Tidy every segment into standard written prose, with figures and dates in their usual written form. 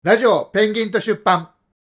ラジオペンギンと出版。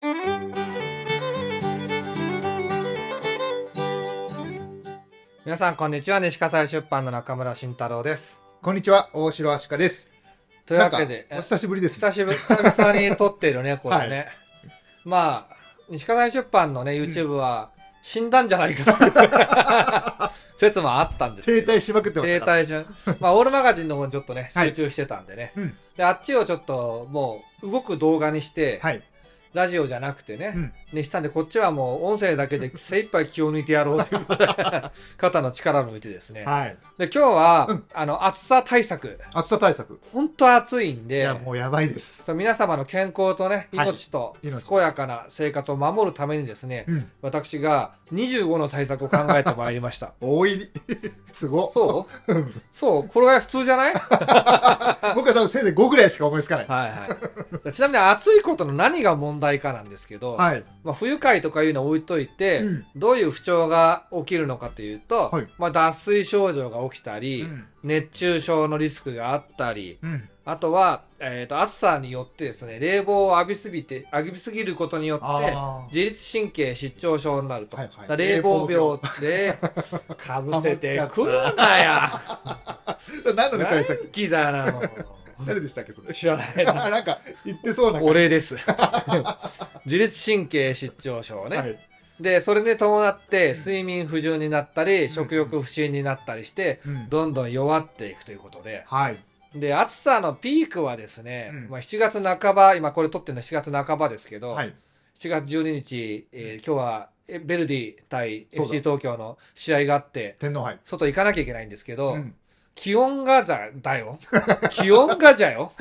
皆さんこんにちは。西葛西出版の中村慎太郎です。 こんにちは、大城アシカです。 というわけでお久しぶりです、 ね、久々に撮っているねこれね、はい、まあ西葛西出版のね YouTube は死んだんじゃないかという説もあったんですけど、 停滞しまくってましたから。 停滞しまあオールマガジンの方にちょっとね集中してたんでね、 はい、 であっちをちょっともう動く動画にして、 はい、 ラジオじゃなくてね、にしたんで、こっちはもう音声だけで精一杯気を抜いてやろうということで肩の力を抜いてですね、はい、で今日は、暑さ対策本当暑いんで、 いやもうやばいです。 皆様の健康とね命と健やかな生活を守るためにですね、私が25の対策を考えてまいりました。 大いにすごっ。 そうこれが普通じゃない僕は多分せいで5ぐらいしか思いつかない。 はいはい。ちなみに暑いことの何が問題かなんですけど、はい、まあ、不愉快とかいうのを置いといて、どういう不調が起きるのかというと、はい、まあ、脱水症状が起きたり、熱中症のリスクがあったり、あとは、暑さによってですね、冷房を浴びすぎることによって自律神経失調症になると、はいはい、冷房病でかぶせてくるなや何のネタでしたっけ？ 元気だなもう誰でしたっけそれ？ 知らないな。 なんか言ってそうな。 俺です自律神経失調症ね、はい、でそれに伴って睡眠不充になったり、食欲不振になったりして、どんどん弱っていくということで、はい、で暑さのピークはですね、まあ、7月半ば、今これ撮ってるのは7月半ばですけど、はい、7月12日、今日はベルディ対 FC 東京の試合があって天皇杯外行かなきゃいけないんですけど、気温がだよ気温がじゃよ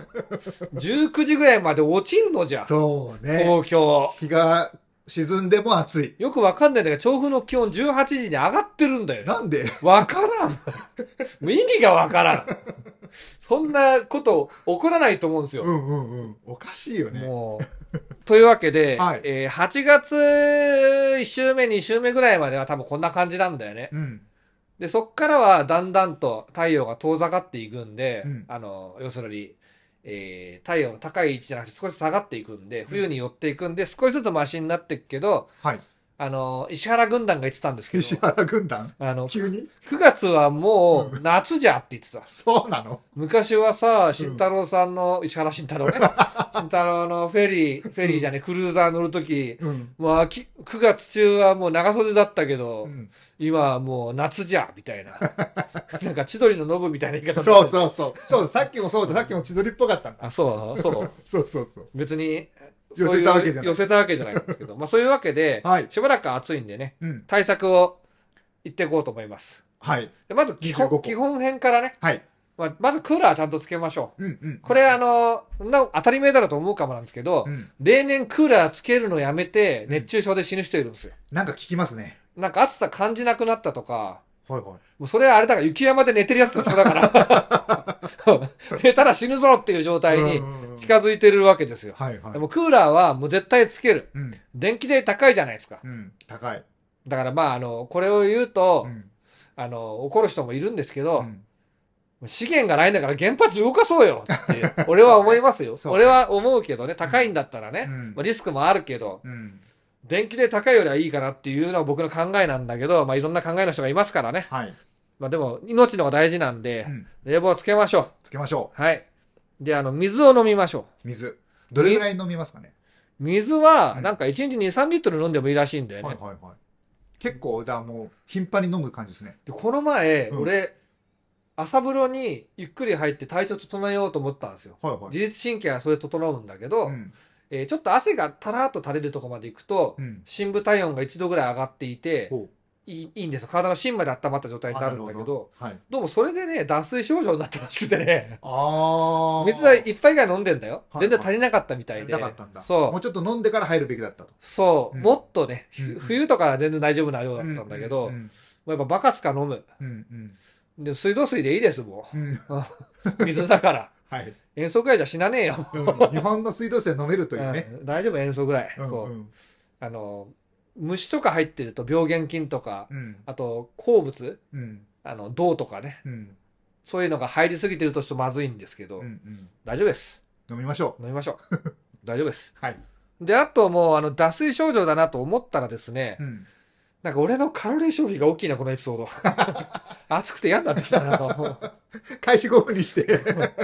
19時ぐらいまで落ちんのじゃ。 そうね、 東京日が沈んでも暑い。 よくわかんないんだけど、調布の気温18時に上がってるんだよ。 なんでわからんもう意味がわからんそんなこと起こらないと思うんですよ。 おかしいよね。 もうというわけで、はい、8月1週目2週目ぐらいまでは多分こんな感じなんだよね。でそっからはだんだんと太陽が遠ざかっていくんで、要するに、太陽の高い位置じゃなくて少し下がっていくんで、冬に寄っていくんで少しずつマシになっていくけど、はい、石原軍団が言ってたんですけど、 石原軍団急に 9月はもう夏じゃって言ってた。 そうなの？ 昔はさ、慎太郎さんの、石原慎太郎ね慎太郎のフェリーじゃね、クルーザー乗るとき、まあ9月中はもう長袖だったけど、今はもう夏じゃみたいななんか千鳥のノブみたいな言い方そうさっきもそうだ、さっきも千鳥っぽかったんだ。 そう別に寄せたわけじゃないんですけどまあそういうわけで、はい、しばらく暑いんでね、対策を言っていこうと思います。はい、でまず基本編からね、はい、まずクーラーちゃんとつけましょう。これ当たり前だろうと思うかもなんですけど、例年クーラーつけるのやめて熱中症で死ぬ人いるんですよ。 なんか聞きますね。 なんか暑さ感じなくなったとか、もうそれはあれだから雪山で寝てるやつと一緒だから寝たら死ぬぞっていう状態に近づいてるわけですよ。でもクーラーはもう絶対つける、電気代高いじゃないですか。 高い。 だからまあこれを言うと、怒る人もいるんですけど、資源がないんだから原発動かそうよって俺は思いますよ俺は思うけどね、高いんだったらね、リスクもあるけど、電気代高いよりはいいかなっていうのは僕の考えなんだけど、まあいろんな考えの人がいますからね。はい。まあでも命の方が大事なんで、冷房をつけましょう。 つけましょう。 はい。で水を飲みましょう。水。どれぐらい飲みますかね？ 水はなんか1日2、3リットル飲んでもいいらしいんだよね。 結構じゃあもう頻繁に飲む感じですね。 でこの前、俺朝風呂にゆっくり入って体調整えようと思ったんですよ。自律神経はそれ整うんだけど、ちょっと汗がたらっと垂れるところまで行くと、深部体温が1度ぐらい上がっていて、いいんですよ。体の芯まで温まった状態になるんだけど、どうもそれでね脱水症状になったらしくてね水は1杯ぐらい飲んでんだよ。全然足りなかったみたいで。 そうもうちょっと飲んでから入るべきだったと。 そう、もっとね、冬とかは全然大丈夫な量だったんだけど、やっぱバカスカ飲む、で水道水でいいですもん水だからはい、塩素ぐらいじゃ死なねえよ日本の水道水は飲めるというね、 大丈夫、塩素ぐらい、虫とか入ってると病原菌とか、あと鉱物、銅とかね、そういうのが入りすぎてるとちょっとまずいんですけど、大丈夫です。 飲みましょう大丈夫です。 はい。 で、あともう、脱水症状だなと思ったらですね、なんか俺のカロリー消費が大きいな、このエピソード。熱くて嫌になってきたなと。 開始5分にして。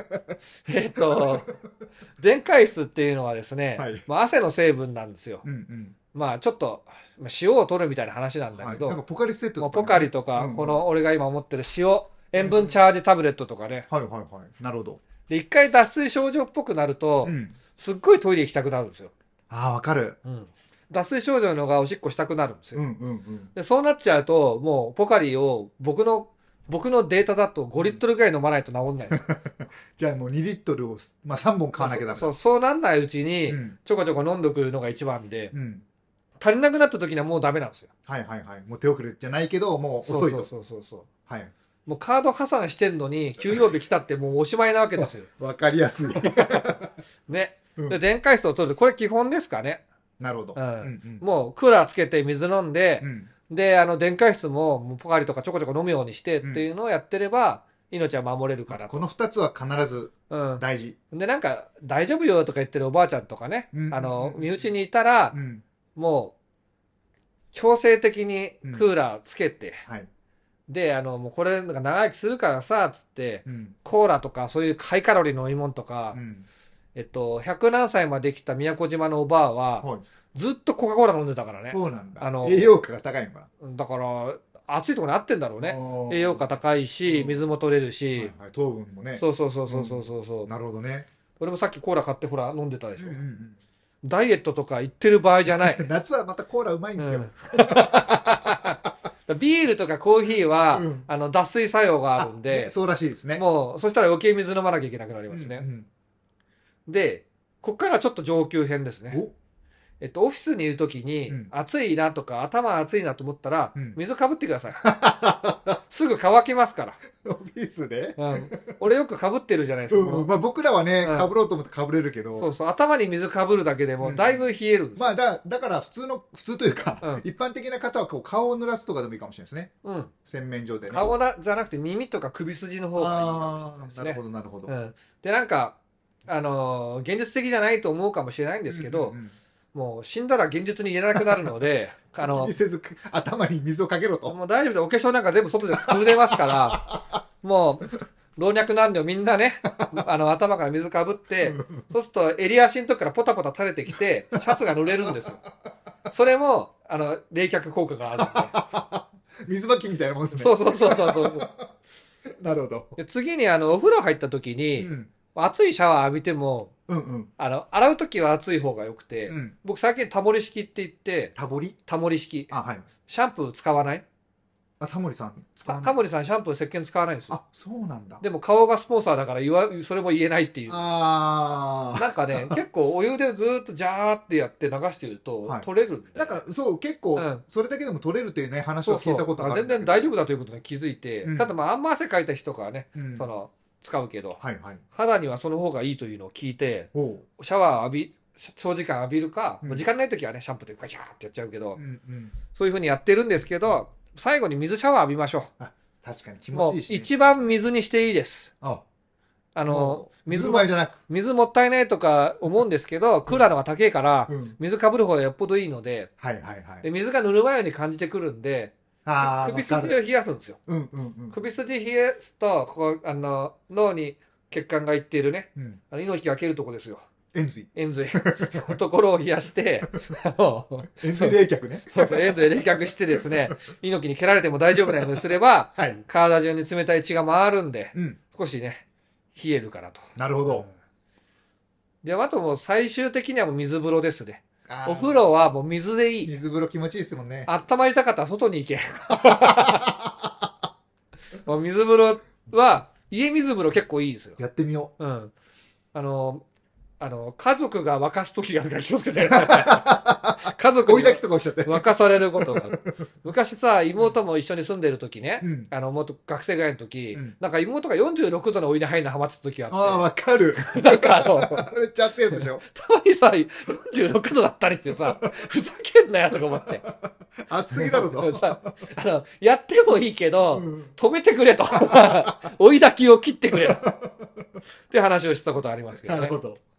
電解質っていうのはですね、 はい、 まあ、汗の成分なんですよ。まあちょっと塩を取るみたいな話なんだけど、 なんかポカリスエットとか、 ポカリとか、この俺が今持ってる塩分チャージタブレットとかね。 はいはいはい。なるほど。 で、一回脱水症状っぽくなると、すっごいトイレ行きたくなるんですよ。 ああ、わかる。 脱水症状のがおしっこしたくなるんですよ。で、そうなっちゃうと、もうポカリを僕のデータだと5リットルぐらい飲まないと治んない。 じゃあもう2リットルを、まあ、3本買わなきゃダメだ。 そうなんないうちに、ちょこちょこ飲んどくのが一番で、足りなくなった時にはもうダメなんですよ。 はいはいはい。もう手遅れじゃないけど、もう遅いと。 そう。 はい。 もうカード破産してんのに、休養日来たってもうおしまいなわけですよ。 わかりやすい。 ね。で、電解質を取る。これ基本ですかね。 なるほど。 もうクーラーつけて水飲んで、で、電解質もポカリとかちょこちょこ飲むようにしてっていうのをやってれば、命は守れるからと。 この2つは必ず大事。 で、なんか、大丈夫よとか言ってるおばあちゃんとかね、身内にいたら、もう、強制的にクーラーつけて、で、もうこれが長生きするからさ、つって、コーラとかそういうハイカロリーの飲み物とか、100何歳まで来た宮古島のおばあは、ずっとコカ・コーラ飲んでたからね。 そうなんだ。栄養価が高いのかな。だから、暑いところに合ってんだろうね。栄養価高いし、水も取れるし。 糖分もね。 そう。 なるほどね。 俺もさっきコーラ買ってほら飲んでたでしょ。ダイエットとか言ってる場合じゃない。 夏はまたコーラうまいんですよ。 ビールとかコーヒーは、脱水作用があるんで。 そうらしいですね。 もう、そしたら余計水飲まなきゃいけなくなりますね。で、こっからちょっと上級編ですね。オフィスにいるときに、暑いなとか、頭暑いなと思ったら、水かぶってください。すぐ乾きますから。 オフィスで俺よくかぶってるじゃないですか。 まあ僕らはね、かぶろうと思ってかぶれるけど。 そう、頭に水かぶるだけでも、だいぶ冷えるんです。 まあだから普通というか、一般的な方はこう顔を濡らすとかでもいいかもしれないですね。洗面所でね。 顔じゃなくて耳とか首筋の方がいいかもしれないですね。 なるほど、なるほど。 で、なんか、現実的じゃないと思うかもしれないんですけど、もう死んだら現実に言えなくなるので、 気にせず頭に水をかけろと。 もう大丈夫です。お化粧なんか全部外で作れますから、もう、老若男女みんなね、頭から水かぶって、そうすると襟足のとこからポタポタ垂れてきて、シャツが濡れるんですよ。それも、冷却効果があるんで。水まきみたいなもんですね。 そう。 なるほど。 で次にお風呂入った時に、熱いシャワー浴びても、洗う時は熱い方が良くて、僕最近タモリ式って言って、タモリ式。シャンプー使わない？ タモリさん使わない？タモリさんシャンプー石鹸使わないんですよ。 あ、そうなんだ。 でも顔がスポンサーだからそれも言えないっていう。なんかね、結構お湯でずっとジャーってやって流してると取れるんで。 なんかそう、結構、それだけでも取れるっていうね、話を聞いたことがある。 全然大丈夫だということに気づいて、ただまああんま汗かいた人からね、使うけど、肌にはその方がいいというのを聞いて、シャワー長時間浴びるか、時間ない時はね、シャンプーでガシャーってやっちゃうけど、そういうふうにやってるんですけど、最後に水シャワー浴びましょう。 確かに気持ちいいし、ね。 もう一番水にしていいです。水もったいないとか思うんですけど、クーラーの方が高いから、水かぶる方がよっぽどいいので、水がぬるま湯に感じてくるんで、首筋を冷やすんですよ。首筋冷やすと、ここ、脳に血管がいっているね、命がけるとこですよ。 塩水。 そのところを冷やして、 塩水冷却ね。 塩水冷却してですね、猪木に蹴られても大丈夫なようにすれば、体中に冷たい血が回るんで、少しね、冷えるからと。 なるほど。 で、あともう最終的にはもう水風呂ですね。お風呂はもう水でいい。 水風呂気持ちいいですもんね。 温まりたかったら外に行け。もう水風呂は、家水風呂結構いいですよ。 やってみよう。 家族が沸かす時があるから気をつけて。家族に沸かされることがある。昔さ、妹も一緒に住んでる時ね、もっと学生ぐらいの時、なんか妹が46度のお湯に入るのハマってた時があって。 ああ、わかる。 なんかめっちゃ熱いやつでしょ。 たまにさ、46度だったりしてさ、ふざけんなよとか思って。 熱すぎだろうさ、やってもいいけど、止めてくれと。追い焚きを切ってくれと。って話をしたことありますけどね。 なるほど。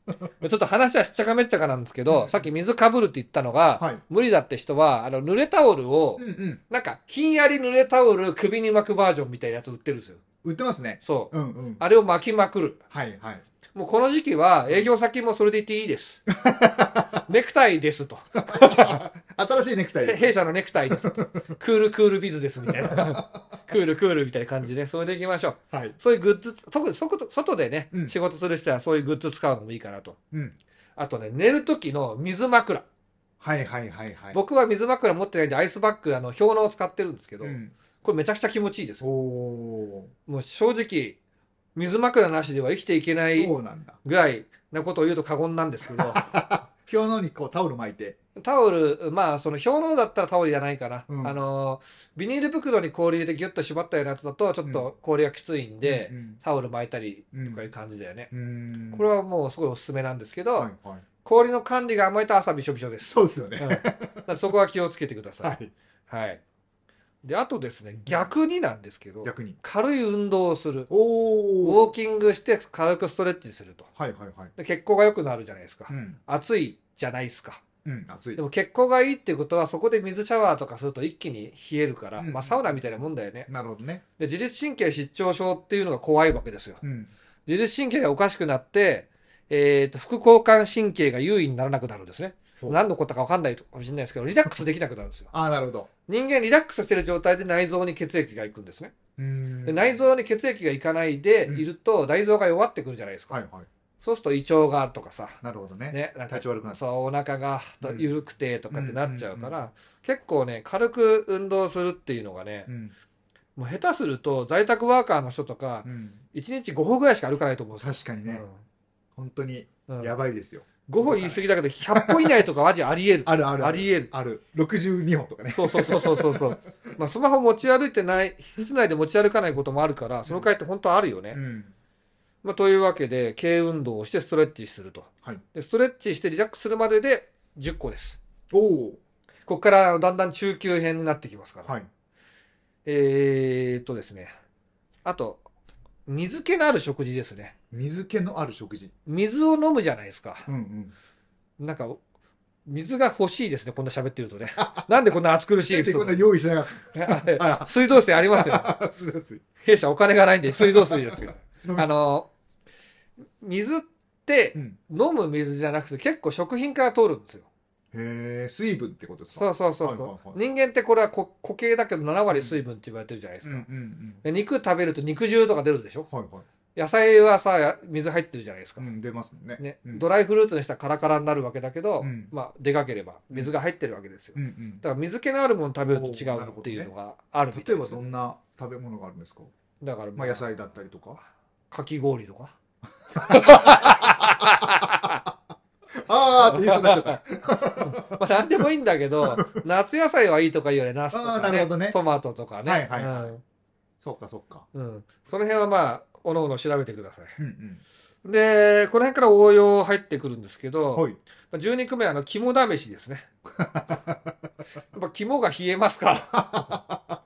ちょっと話はしっちゃかめっちゃかなんですけど、さっき水かぶるって言ったのが、はい、無理だって人は、濡れタオルを、なんか、ひんやり濡れタオル首に巻くバージョンみたいなやつ売ってるんですよ。 売ってますね。 そう。あれを巻きまくる。 はいはい。 もうこの時期は営業先もそれで言っていいです。ネクタイですと。 新しいネクタイです。 弊社のネクタイですと。クールビズですみたいな。クールみたいな感じで、それでいきましょう。はい。そういうグッズ、特に外でね、仕事する人はそういうグッズ使うのもいいかなと。あとね、寝る時の水枕。 はいはいはいはい。 僕は水枕持ってないんでアイスバッグ、氷のを使ってるんですけど、これめちゃくちゃ気持ちいいですよ。もう正直、水枕なしでは生きていけないぐらいなことを言うと過言なんですけど。 氷のにこうタオル巻いて。 タオル、まあその氷のだったらタオルじゃないかな。ビニール袋に氷入れてギュッと縛ったようなやつだとちょっと氷がきついんで、タオル巻いたりとかいう感じだよね。これはもうすごいおすすめなんですけど、氷の管理が甘いと朝びしょびしょです。 そうですよね。 そこは気をつけてください。はい。で、あとですね、逆になんですけど、軽い運動をする。ウォーキングして軽くストレッチすると。で血行が良くなるじゃないですか。暑いじゃないですか。 暑い。 でも血行がいいっていうことは、そこで水シャワーとかすると一気に冷えるから、まあサウナみたいなもんだよね。 なるほどね。 で、自律神経失調症っていうのが怖いわけですよ。自律神経がおかしくなって、副交感神経が優位にならなくなるんですね。何のことか分かんないかもしれないですけど、リラックスできなくなるんですよ。 ああ、なるほど。 人間リラックスしてる状態で内臓に血液が行くんですね。で内臓に血液が行かないでいると、内臓が弱ってくるじゃないですか。そうすると胃腸がとかさ。 なるほどね。体調悪くなる。 そう、お腹が緩くてとかってなっちゃうから、結構ね、軽く運動するっていうのがね、もう下手すると在宅ワーカーの人とか、1日5歩ぐらいしか歩かないと思うんですよ。確かにね。本当にやばいですよ。 5歩言い過ぎだけど100歩以内とかマジあり得る。あり得る。 ある。62歩とかね。 そう。まあスマホ持ち歩いてない、室内で持ち歩かないこともあるから、その回って本当あるよね。まあというわけで、軽運動をしてストレッチすると。でストレッチしてリラックスするまでで10個です。ここからだんだん中級編になってきますから。ですね。あと、水気のある食事ですね。 水気のある食事。 水を飲むじゃないですか。なんか、水が欲しいですね、こんな喋ってるとね。なんでこんな暑苦しいエピソード。 なんでこんな用意しなかった。 水道水ありますよ。弊社お金がないんで水道水ですよ。水って、飲む水じゃなくて結構食品から通るんですよ。 へえ、水分ってことですか？ そう。人間ってこれは固形だけど7割水分って言われてるじゃないですか。肉食べると肉汁とか出るでしょ？野菜はさ、水入ってるじゃないですか。 出ますね。 ドライフルーツにしたらカラカラになるわけだけど、まあ、でかければ水が入ってるわけですよ。だから水気のあるもの食べると違うっていうのがあるみたいです。 例えばどんな食べ物があるんですか？ だから、 まあ野菜だったりとか。 かき氷とか。 ああって言いそうになっちゃった。 まあ何でもいいんだけど、夏野菜はいいとか言うよね、ナスとかね、トマトとかね。 そっか。その辺はまあ、おのおの調べてください。で、この辺から応用入ってくるんですけど、12個目は肝試しですね。やっぱ肝が冷えますから。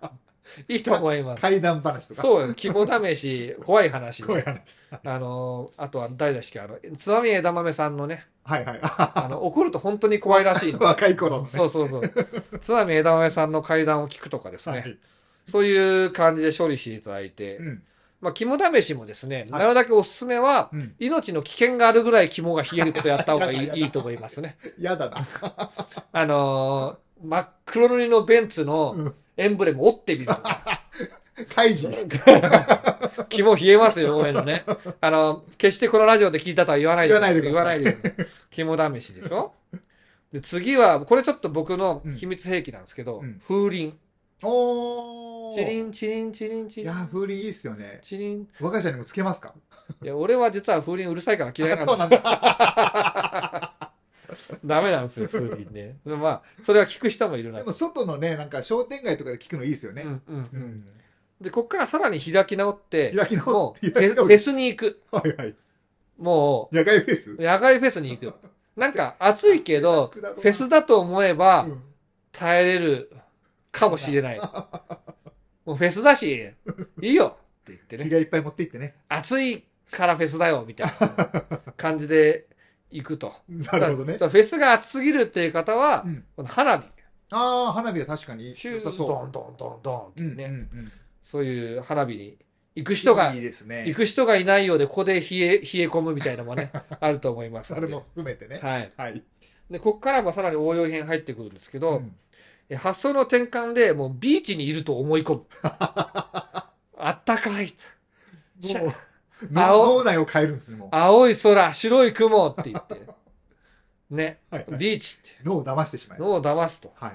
いいと思います。 怪談話とか。 そう、肝試し、怖い話。あとは誰でしたっけ、つまみ枝豆さんのね。怒ると本当に怖いらしいの。 若い頃。 そう。つまみ枝豆さんの怪談を聞くとかですね。そういう感じで処理していただいて。まあ、肝試しもですね、なるだけおすすめは、命の危険があるぐらい肝が冷えることをやった方がいいと思いますね。 やだな。 真っ黒塗りのベンツのエンブレム折ってみるとか。 胎児。 肝冷えますよ、俺のね。決してこのラジオで聞いたとは言わないで。言わないで。肝試しでしょ。で、次は、これちょっと僕の秘密兵器なんですけど、風鈴。チリン。 いや、風鈴いいっすよね。 チリン。 我が社にもつけますか？ いや、俺は実は風鈴うるさいから嫌いなんですよ。 そうなんだ。 ダメなんですよ、風鈴ね。まあ、それは聞く人もいるな。 でも外のね、なんか商店街とかで聞くのいいですよね。 で、こっからさらに開き直って、もうフェェスに行く。もう、 野外フェス？ 野外フェスに行く。なんか暑いけど、フェスだと思えば耐えれるかもしれない。もうフェスだし、いいよって言ってね。 日がいっぱい持って行ってね。 暑いからフェスだよ、みたいな感じで行くと。 なるほどね。 フェスが暑すぎるっていう方は、この花火。 ああ、花火は確かに良さそう。ドンドンドンドンってね。そういう花火に行く人が、 いいですね。 行く人がいないようで、ここで冷え込むみたいなのもね、あると思います。 それも含めてね。 はい。はい。で、ここからもさらに応用編入ってくるんですけど、発想の転換でもうビーチにいると思い込む。あったかい。 もう脳内を変えるんですね、もう。 青い空、白い雲って言って。ね。ビーチって。 脳を騙してしまう。 脳を騙すと。はい。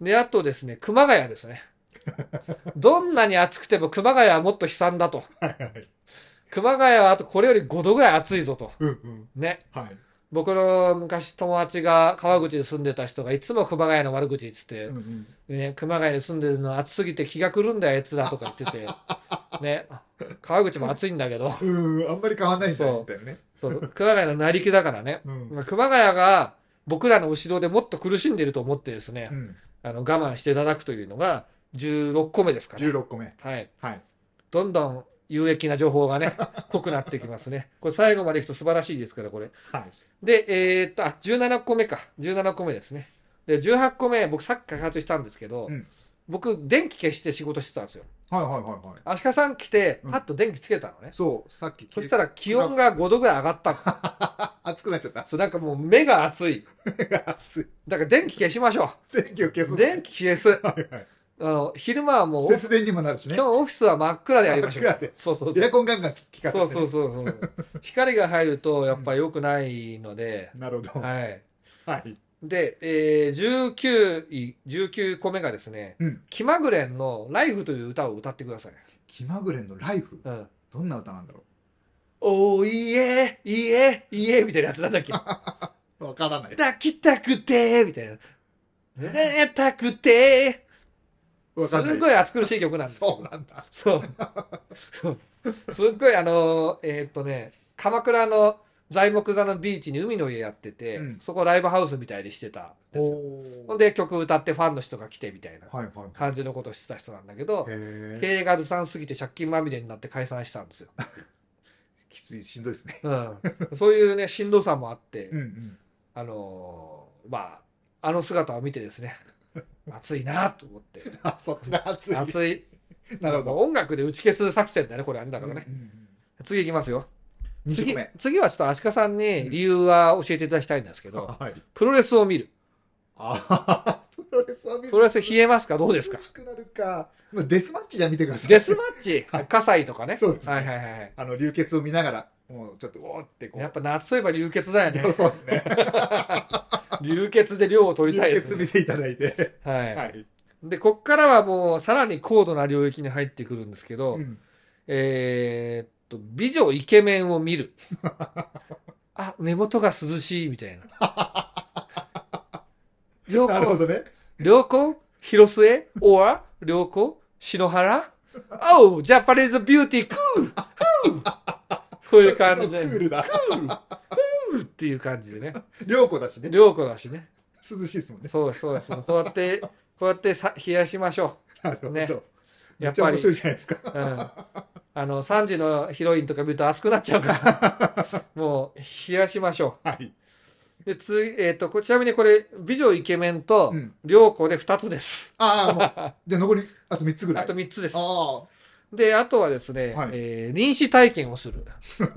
で、あとですね、熊谷ですね。どんなに暑くても熊谷はもっと悲惨だと。熊谷はあとこれより5度ぐらい暑いぞと。ね。はい。僕の昔友達が川口に住んでた人がいつも熊谷の悪口言ってて、ね、熊谷に住んでるの暑すぎて気が狂うんだよあいつらとか言ってて、ね、川口も暑いんだけど、 あんまり変わんないんだよね。 そう、熊谷の成り気だからね、熊谷が僕らの後ろでもっと苦しんでいると思ってですね、我慢していただくというのが16個目ですかね。 16個目。 はい。どんどん有益な情報がね、濃くなってきますね。これ最後までいくと素晴らしいですから、これ。はい。で、17個目か。17個目ですね。で、18個目、僕さっき開発したんですけど、僕、電気消して仕事してたんですよ。はいはいはいはい。足利さん来て、パッと電気つけたのね。 そう、さっき。 そしたら気温が5度ぐらい上がったんですよ。 熱くなっちゃった。 そう、なんかもう目が熱い。目が熱い。だから電気消しましょう。電気を消す。 電気消す。はいはい。昼間はもう節電にもなるしね。 今日オフィスは真っ暗でやりましょう。 真っ暗で。そうそうそう。エアコンガンガン効かせて、ね。 そうそうそうそう。光が入るとやっぱり良くないので。 なるほど。 はい。 はい。 で、19個目がですね、気まぐれんのライフという歌を歌ってください。 気まぐれんのライフ、どんな歌なんだろう。 おーいえ、いえ、いえみたいなやつなんだっけ。わからない。 抱きたくてみたいな。抱きたくてすごい暑苦しい曲なんですよ。 そうなんだ。 そう。すっごい鎌倉の材木座のビーチに海の家やってて、そこライブハウスみたいにしてたんですよ。ほんで曲歌ってファンの人が来てみたいな感じのことをしてた人なんだけど、経営がずさんすぎて借金まみれになって解散したんですよ。 きつい、しんどいですね。 そういうね、しんどさもあって、あの姿を見てですね、暑いなと思って。 そっちが暑い。 暑い。 なるほど。 音楽で打ち消す作戦だね、これあれだからね。次いきますよ。次はちょっと足利さんに理由は教えていただきたいんですけど、プロレスを見る。 プロレスを見る。 プロレス冷えますか、どうですか。 涼しくなるか。デスマッチじゃ見てください。 デスマッチ、葛西とかね。 そうです。 はいはいはい。 流血を見ながら、もうちょっとおーってこう。 やっぱ夏といえば流血だよね。 そうですね。 流血で量を取りたいですね。流血見ていただいて。 はい。で、こっからはもうさらに高度な領域に入ってくるんですけど、美女イケメンを見る。あ、目元が涼しいみたいな。 なるほどね。 良子広末or 良子篠原 Oh, Japanese beauty cool! こういう感じで。 クールだ。 クールっていう感じでね。 良子だしね。 良子だしね。 涼しいですもんね。 そうです、そうです。こうやって冷やしましょう。なるほど。 ね。 やっぱり。面白いじゃないですか。 3時のヒロインとか見ると熱くなっちゃうから、もう冷やしましょう。はい。で、次、ちなみにこれ、美女イケメンと良子で2つです。 じゃあ残り、あと3つぐらい。 あと3つです。で、あとはですね、臨死体験をする。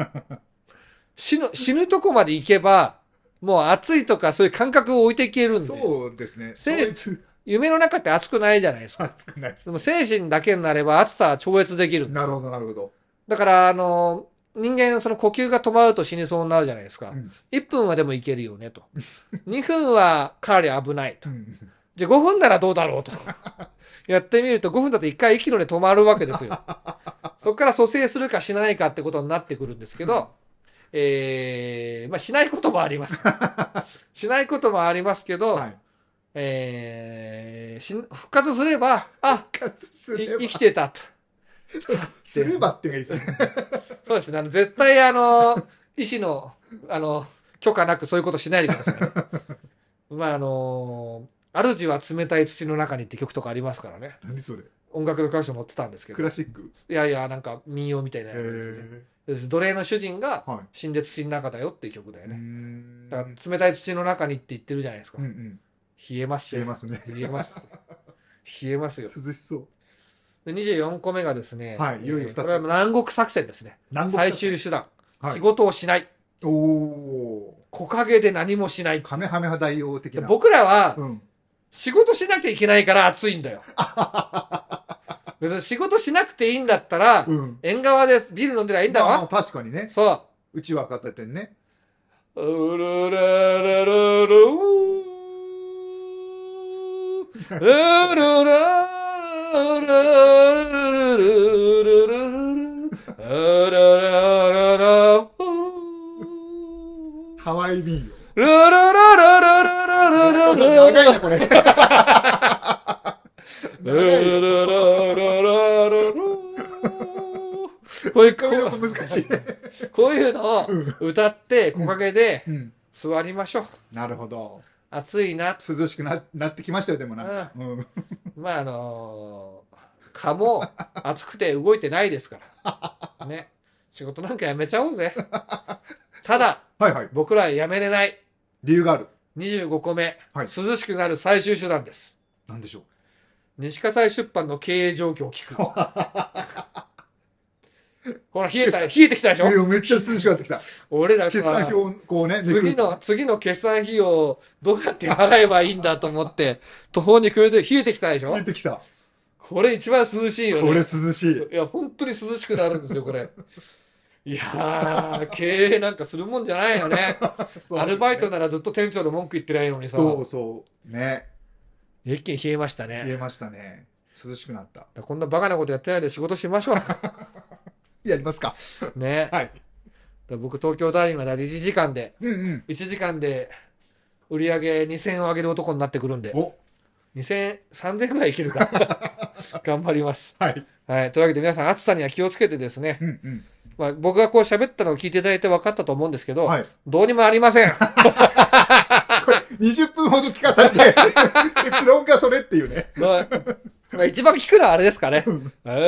死ぬとこまで行けば、もう暑いとかそういう感覚を置いていけるんで。 そうですね。 夢の中って暑くないじゃないですか。 暑くないです。 でも精神だけになれば暑さは超越できる。 なるほど、なるほど。 だから、人間、その呼吸が止まると死にそうになるじゃないですか。1分はでもいけるよねと。2分はかなり危ないと。じゃあ5分ならどうだろうと。やってみると5分だと1回息の根止まるわけですよ。そこから蘇生するかしないかってことになってくるんですけど、しないこともあります。しないこともありますけど、復活すれば、生きてたと。 すればっていうのがいいですね。 そうですね。絶対医師の許可なくそういうことしないでくださいね。主は冷たい土の中にって曲とかありますからね。 何それ。 音楽の歌手載ってたんですけど。 クラシック。 いやいや、なんか民謡みたいなやつですね。 奴隷の主人が死んで土の中だよっていう曲だよね。だから冷たい土の中にって言ってるじゃないですか。冷えますよ。 冷えますね。 冷えます。冷えますよ。 涼しそう。 で24個目がですね、 いよいよ2つ。 これは南国作戦ですね。最終手段。仕事をしない。木陰で何もしない。 カメハメハ大王的な。 僕らは、仕事しなきゃいけないから暑いんだよ。別に仕事しなくていいんだったら、縁側でビール飲んでりゃいいんだわ。 確かにね。 そう。 うちは片手にね。 うるるるるるるるるハワイ民謡。 ルルルルルルルルルル長いなこれ。 ルルルルルルルこういう難しい。 こういうのを歌って木陰で座りましょう。 なるほど。 暑いな。 涼しくなってきましたよでもなんか。 まあ蚊も暑くて動いてないですからね。仕事なんかやめちゃおうぜ。ただ、僕らはやめれない理由がある。 25個目、涼しくなる最終手段です。 何でしょう。 西葛西出版の経営状況を聞く。ほら冷えてきたでしょ。 めっちゃ涼しくなってきた。 俺ら決算表こうね。 次の決算費用どうやって払えばいいんだと思って途方に暮れて冷えてきたでしょ。 冷えてきた。 これ一番涼しいよね。 これ涼しい。 いや本当に涼しくなるんですよこれ。いやー経営なんかするもんじゃないよね。アルバイトならずっと店長の文句言ってりゃいいのにさ。 そうね。 一気に冷えましたね。 冷えましたね。涼しくなった。 こんなバカなことやってないで仕事しましょう。 やりますか。 ね。僕東京大学まで1時間で、1時間で売り上げ2000円を上げる男になってくるんで、2000円、3000円ぐらいいけるから頑張ります。というわけで皆さん暑さには気をつけてですね、僕がこう喋ったのを聞いていただいて分かったと思うんですけど、どうにもありません。これ20分ほど聞かされて結論がそれっていうね。 一番聞くのはあれですかね。よ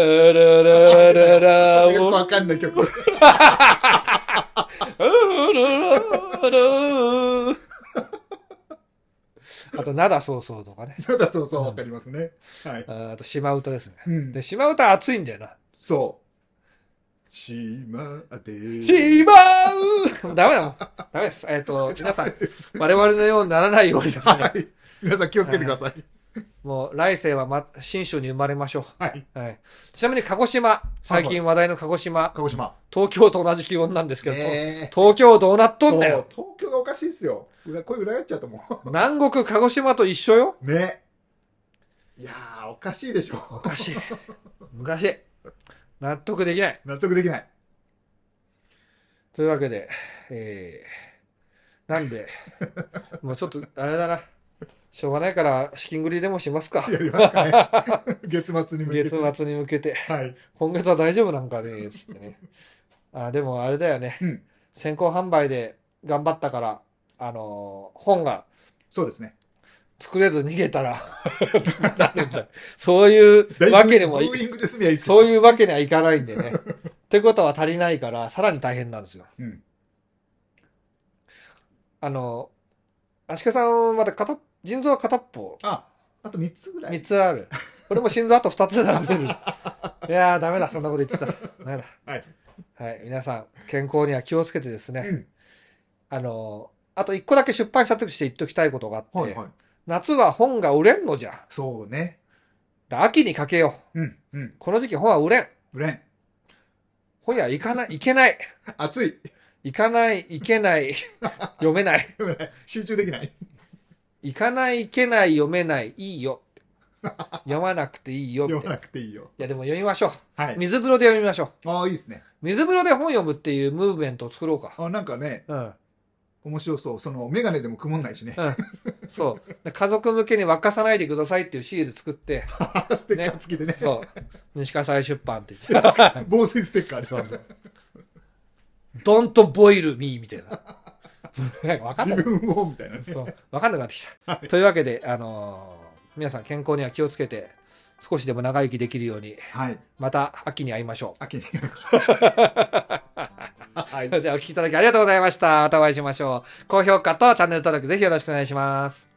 くわかんない曲。 あと、灘そうそうとかね。 灘そうそうわかりますね。 あと、島唄ですね。で、島唄熱いんだよな。 そう。島で。 ダメだもん。ダメです。皆さん、我々のようにならないようにですね。 皆さん気をつけてください。 もう来世は信州に生まれましょう。ちなみに鹿児島、最近話題の鹿児島、東京と同じ気温なんですけど、東京どうなっとんだよ。 東京がおかしいっすよ。これ裏返っちゃったもん。 南国鹿児島と一緒よ。 ね。いやー、おかしいでしょ。 おかしい。昔。納得できない。 納得できない。 というわけで、なんで、もうちょっと、あれだな。しょうがないから資金繰りでもしますか。 やりますかね。月末に向けて。 月末に向けて。今月は大丈夫なんかねつってね。でもあれだよね。先行販売で頑張ったから、本が。 そうですね。 作れず逃げたらそういうわけにもそういうわけにはいかないんでね。ってことは足りないからさらに大変なんですよ。足利さんまだ腎臓は片っぽ。 あと3つぐらい。 3つある。これも心臓あと2つ並べる。いやーダメだそんなこと言ってたら。ダメだ。はい。皆さん健康には気をつけてですね。あと1個だけ出版したとして言っときたいことがあって。夏は本が売れんのじゃ。 そうね。 秋にかけよう。この時期本は売れん。 売れん。 本屋行けない。 暑い。 行かない、行けない。読めない。 集中できない。 行かない、行けない、読めない。いいよ。読まなくていいよ。 読まなくていいよ。 いやでも読みましょう。水風呂で読みましょう。いいですね。 水風呂で本読むっていうムーブメントを作ろうか。 なんかね。面白そう。メガネでも曇んないしね。 そう。家族向けに沸かさないでくださいっていうシール作って。 ステッカー付きでね。 そう。西葛西出版って言って。 防水ステッカーで。 そうそう。Don't boil me みたいな。わかんない。 自分をみたいなね。 そう。わかんなくなってきた。というわけで、皆さん健康には気をつけて、 少しでも長生きできるように、はい、また秋に会いましょう。秋に会いましょう。はい、ではお聞きいただきありがとうございました。またお会いしましょう。高評価とチャンネル登録ぜひよろしくお願いします。